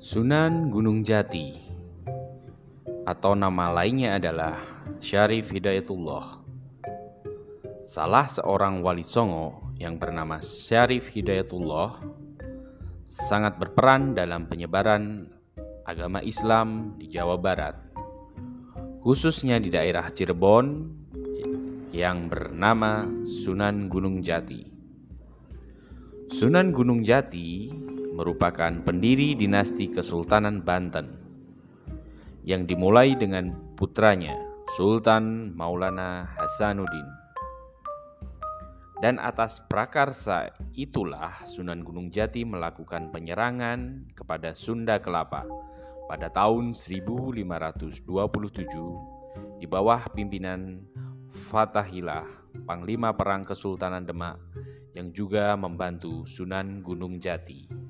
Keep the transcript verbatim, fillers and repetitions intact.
Sunan Gunung Jati atau nama lainnya adalah Syarif Hidayatullah, salah seorang wali Songo yang bernama Syarif Hidayatullah, sangat berperan dalam penyebaran agama Islam di Jawa Barat, khususnya di daerah Cirebon yang bernama Sunan Gunung Jati. Sunan Gunung Jati merupakan pendiri dinasti Kesultanan Banten yang dimulai dengan putranya Sultan Maulana Hasanuddin. Dan atas prakarsa itulah Sunan Gunung Jati melakukan penyerangan kepada Sunda Kelapa pada tahun seribu lima ratus dua puluh tujuh di bawah pimpinan Fathahillah, Panglima Perang Kesultanan Demak yang juga membantu Sunan Gunung Jati.